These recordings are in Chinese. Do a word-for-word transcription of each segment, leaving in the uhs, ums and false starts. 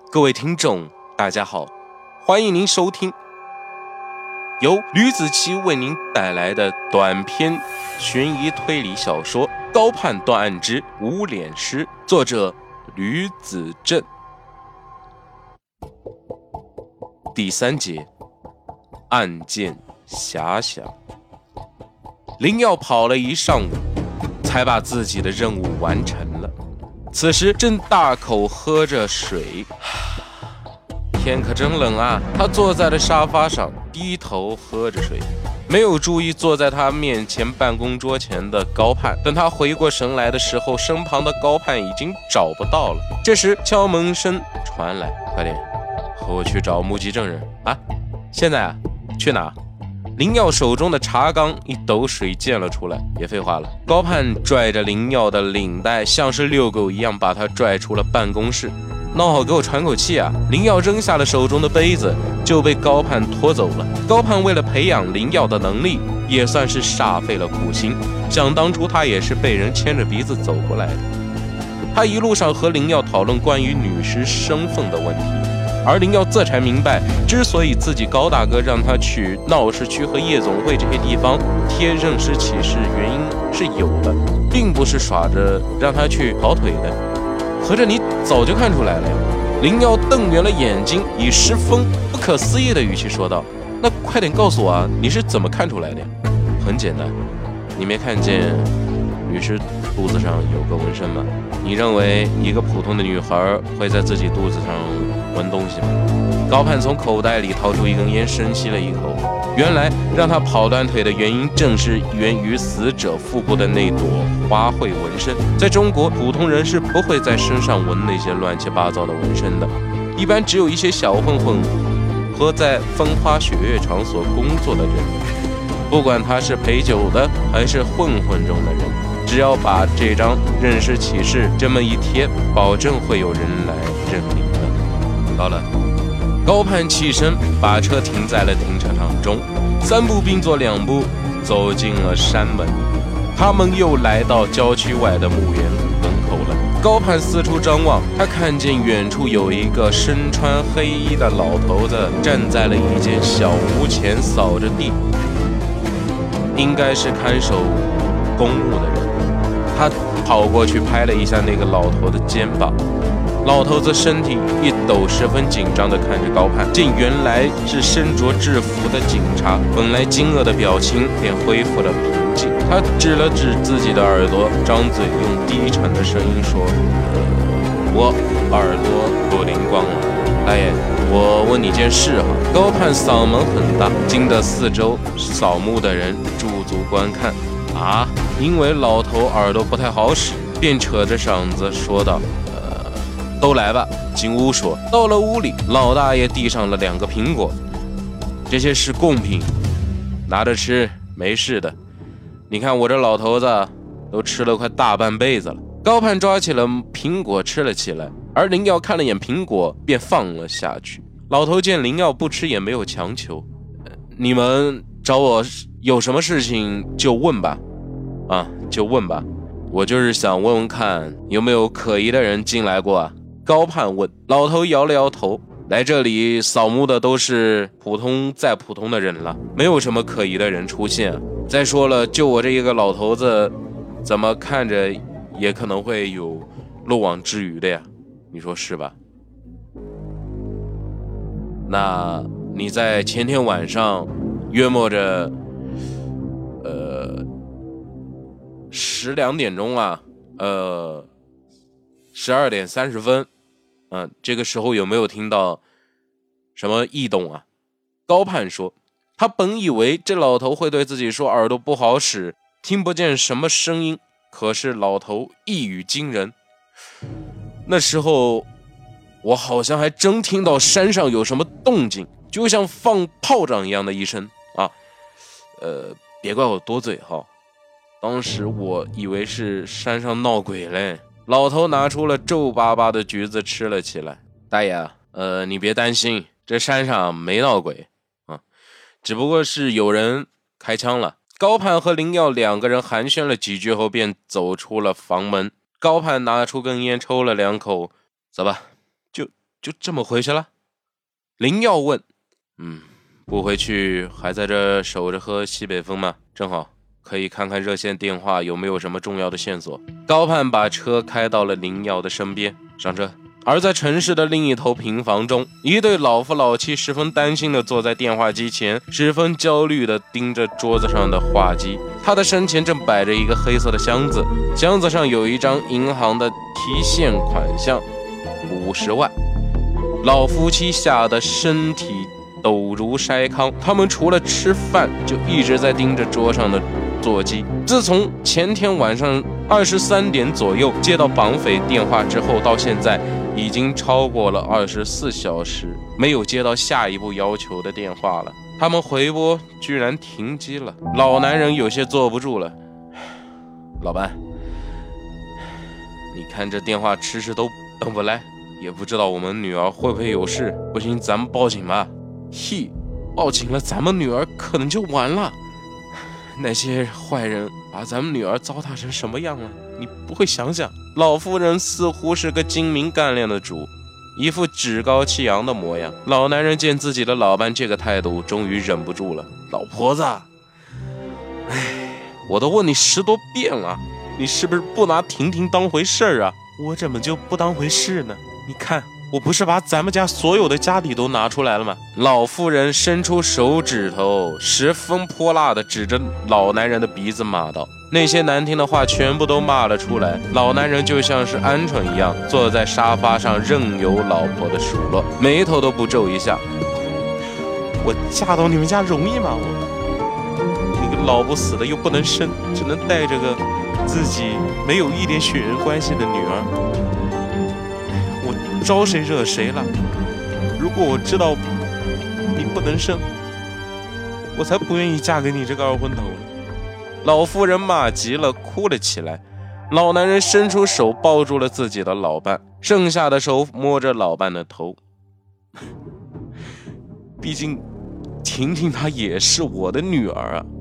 各位听众大家好，欢迎您收听由吕子奇为您带来的短篇悬疑推理小说《高判断案之无脸师》，作者吕子正。第三节，案件遐想。林耀跑了一上午，才把自己的任务完成了。此时正大口喝着水，天可真冷啊！他坐在了沙发上，低头喝着水，没有注意坐在他面前办公桌前的高盼。等他回过神来的时候，身旁的高盼已经找不到了。这时敲门声传来，快点和我去找目击证人啊！现在啊，去哪？林耀手中的茶缸一斗水溅了出来。别废话了，高盼拽着林耀的领带，像是遛狗一样把他拽出了办公室。闹好给我喘口气啊！林耀扔下了手中的杯子，就被高盼拖走了。高盼为了培养林耀的能力，也算是煞费了苦心。想当初他也是被人牵着鼻子走过来的。他一路上和林耀讨论关于女尸身份的问题，而林耀这才明白，之所以自己高大哥让他去闹市区和夜总会这些地方贴认尸启事，原因是有的，并不是耍着让他去跑腿的。合着你早就看出来了呀！林耀瞪圆了眼睛，以十分不可思议的语气说道：“那快点告诉我啊，你是怎么看出来的呀？”很简单，你没看见女尸肚子上有个纹身吗？你认为一个普通的女孩会在自己肚子上闻东西吗？高盼从口袋里掏出一根烟，深吸了一口。原来让他跑断腿的原因，正是源于死者腹部的那朵花卉纹身。在中国，普通人是不会在身上纹那些乱七八糟的纹身的，一般只有一些小混混和在风花雪月场所工作的人，不管他是陪酒的还是混混中的人，只要把这张认尸启事这么一贴，保证会有人来认领的。到了，高盼起身，把车停在了停车场中，三步并作两步走进了山门。他们又来到郊区外的墓园门口了。高盼四处张望，他看见远处有一个身穿黑衣的老头子站在了一间小屋前扫着地，应该是看守公墓的人。他跑过去拍了一下那个老头的肩膀，老头子身体一抖，十分紧张地看着高盼，见原来是身着制服的警察，本来惊愕的表情便恢复了平静。他指了指自己的耳朵，张嘴用低沉的声音说：“呃，我耳朵不灵光了，大爷，我问你件事哈。”高盼嗓门很大，惊得四周扫墓的人驻足观看。啊，因为老头耳朵不太好使，便扯着嗓子说道：“呃，都来吧。”进屋说。到了屋里，老大爷递上了两个苹果，这些是贡品，拿着吃，没事的。你看我这老头子都吃了快大半辈子了。高盼抓起了苹果吃了起来，而林耀看了眼苹果，便放了下去。老头见林耀不吃，也没有强求。呃、你们找我有什么事情就问吧，啊，就问吧。我就是想问问看，有没有可疑的人进来过啊？高盼问。老头摇了摇头，来这里扫墓的都是普通再普通的人了，没有什么可疑的人出现啊。再说了，就我这一个老头子，怎么看着也可能会有漏网之鱼的呀，你说是吧？那你在前天晚上约莫着呃十两点钟啊，呃十二点三十分，嗯、呃，这个时候有没有听到什么异动啊？高盼说，他本以为这老头会对自己说耳朵不好使，听不见什么声音，可是老头一语惊人。那时候我好像还真听到山上有什么动静，就像放炮仗一样的一声啊，呃，别怪我多嘴哈，当时我以为是山上闹鬼嘞。老头拿出了皱巴巴的橘子吃了起来。大爷，呃，你别担心，这山上没闹鬼啊，只不过是有人开枪了。高盼和林耀两个人寒暄了几句后，便走出了房门。高盼拿出根烟抽了两口，走吧，就就这么回去了？林耀问。嗯，不回去还在这守着喝西北风吗？正好可以看看热线电话有没有什么重要的线索。高盼把车开到了林耀的身边，上车。而在城市的另一头平房中，一对老夫老妻十分担心地坐在电话机前，十分焦虑地盯着桌子上的话机。他的身前正摆着一个黑色的箱子，箱子上有一张银行的提现款项五十万。老夫妻吓得身体抖如筛糠，他们除了吃饭就一直在盯着桌上的座机。自从前天晚上二十三点左右接到绑匪电话之后，到现在已经超过了二十四小时，没有接到下一步要求的电话了。他们回拨居然停机了。老男人有些坐不住了。老伴，你看这电话迟迟都等不来，也不知道我们女儿会不会有事。不行，咱们报警吧。嘿，报警了，咱们女儿可能就完了。那些坏人把咱们女儿糟蹋成什么样了？你不会想想？老夫人似乎是个精明干练的主，一副趾高气扬的模样。老男人见自己的老伴这个态度，终于忍不住了。老婆子，哎，我都问你十多遍了，你是不是不拿婷婷当回事儿啊？我怎么就不当回事呢？你看，我不是把咱们家所有的家底都拿出来了吗？老妇人伸出手指头，十分泼辣地指着老男人的鼻子骂道。那些难听的话全部都骂了出来。老男人就像是鹌鹑一样坐在沙发上，任由老婆的数落，眉头都不皱一下。我嫁到你们家容易吗？我那个老不死的又不能生，只能带着个自己没有一点血缘关系的女儿，我招谁惹谁了？如果我知道你不能生，我才不愿意嫁给你这个二婚头呢。老夫人骂急了，哭了起来。老男人伸出手抱住了自己的老伴，剩下的手摸着老伴的头。毕竟婷婷她也是我的女儿啊，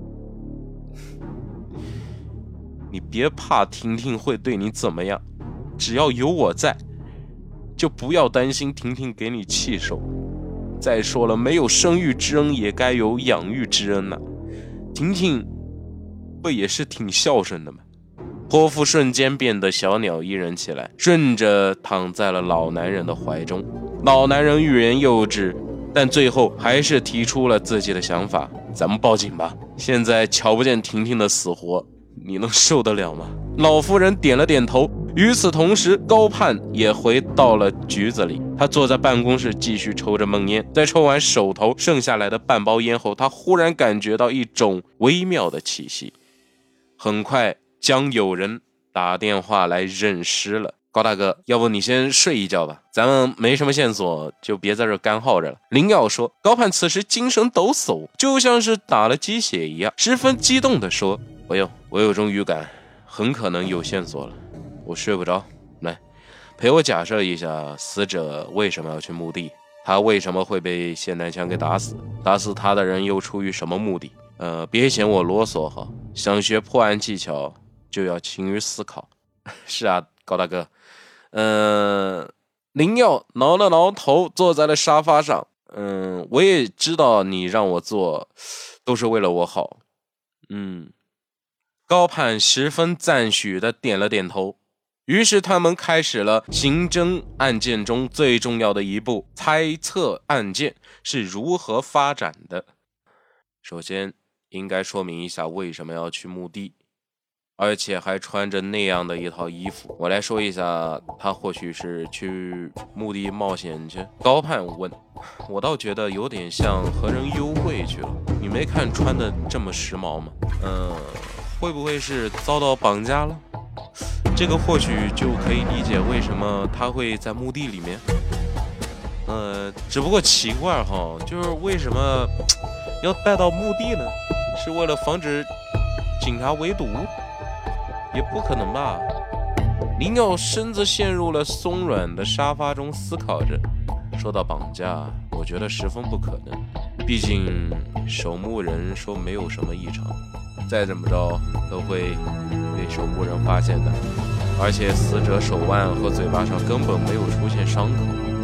你别怕婷婷会对你怎么样，只要有我在，就不要担心婷婷给你气受。再说了，没有生育之恩也该有养育之恩啊，婷婷不也是挺孝顺的吗？泼妇瞬间变得小鸟依人起来，顺着躺在了老男人的怀中。老男人欲言又止，但最后还是提出了自己的想法。咱们报警吧，现在瞧不见婷婷的死活，你能受得了吗？老夫人点了点头。与此同时，高盼也回到了局子里，他坐在办公室继续抽着闷烟。在抽完手头剩下来的半包烟后，他忽然感觉到一种微妙的气息。很快将有人打电话来认尸了。高大哥，要不你先睡一觉吧，咱们没什么线索，就别在这干耗着了。林耀说。高盼此时精神抖擞，就像是打了鸡血一样，十分激动地说：不用，我有种预感，很可能有线索了。我睡不着，来陪我假设一下，死者为什么要去墓地？他为什么会被霰弹枪给打死？打死他的人又出于什么目的？呃，别嫌我啰嗦哈，想学破案技巧就要勤于思考。是啊，高大哥。呃，林耀挠了挠头，坐在了沙发上。嗯、呃，我也知道你让我做，都是为了我好。嗯，高盼十分赞许的点了点头。于是他们开始了刑侦案件中最重要的一步，猜测案件是如何发展的。首先应该说明一下为什么要去墓地，而且还穿着那样的一套衣服。我来说一下，他或许是去墓地冒险去。高盼问。我倒觉得有点像和人幽会去了，你没看穿的这么时髦吗？嗯、呃，会不会是遭到绑架了？这个或许就可以理解为什么他会在墓地里面。呃，只不过奇怪哈，就是为什么要带到墓地呢？是为了防止警察围堵？也不可能吧。林耀身子陷入了松软的沙发中，思考着。说到绑架，我觉得十分不可能，毕竟守墓人说没有什么异常，再怎么着都会被守墓人发现的，而且死者手腕和嘴巴上根本没有出现伤口，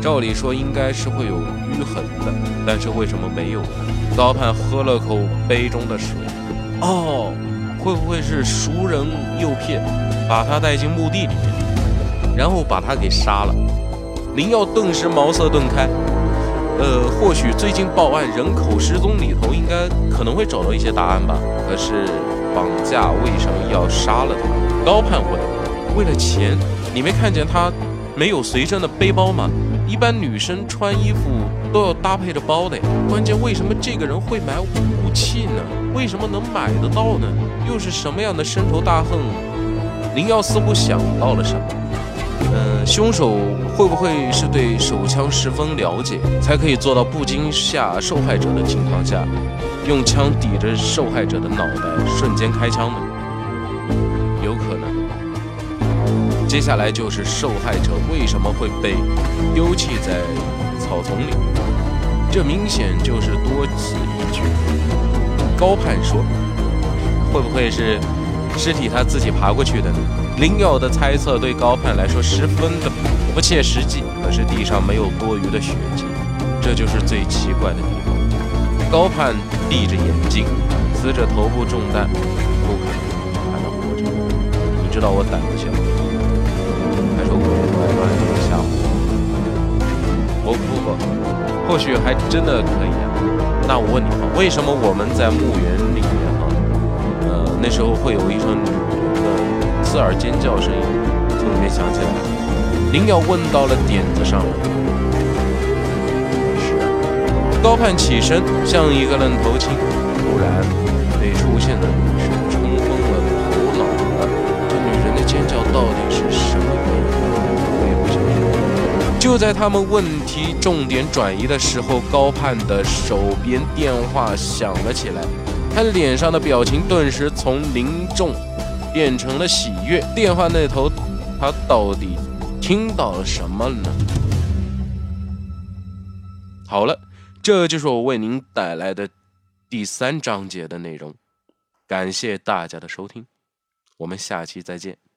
照理说应该是会有淤痕的，但是为什么没有呢？高盼喝了口杯中的水，哦，会不会是熟人诱骗，把他带进墓地里面，然后把他给杀了？林耀顿时茅塞顿开。呃，或许最近报案人口失踪里头应该可能会找到一些答案吧。可是绑架为什么要杀了他？高盼问。为了钱？你没看见他没有随身的背包吗？一般女生穿衣服都要搭配着包的呀。关键为什么这个人会买武器呢？为什么能买得到呢？又是什么样的深仇大恨？林耀似乎想到了什么。呃，凶手会不会是对手枪十分了解，才可以做到不惊吓受害者的情况下，用枪抵着受害者的脑袋，瞬间开枪呢？有可能。接下来就是受害者为什么会被丢弃在草丛里，这明显就是多此一举。高盼说，会不会是尸体他自己爬过去的呢？林耀的猜测对高盼来说十分的不切实际，可是地上没有多余的血迹，这就是最奇怪的地方。高盼闭着眼睛，死者头部中弹，不可能还能活着。你知道我胆子小，还说我拐乱要吓我？我不不，或许还真的可以啊。那我问你啊，为什么我们在墓园里面啊，呃，那时候会有一声女人的刺耳尖叫声音，从里面响起来？林耀问到了点子上了。是啊，高盼起身，像一个愣头青，突然被出现的女生冲昏了头脑了。这女人的尖叫到底是什么原因？我也不晓得。就在他们问题重点转移的时候，高盼的手边电话响了起来，他脸上的表情顿时从凝重变成了喜悦。电话那头，他到底听到了什么呢？好了，这就是我为您带来的第三章节的内容。感谢大家的收听，我们下期再见。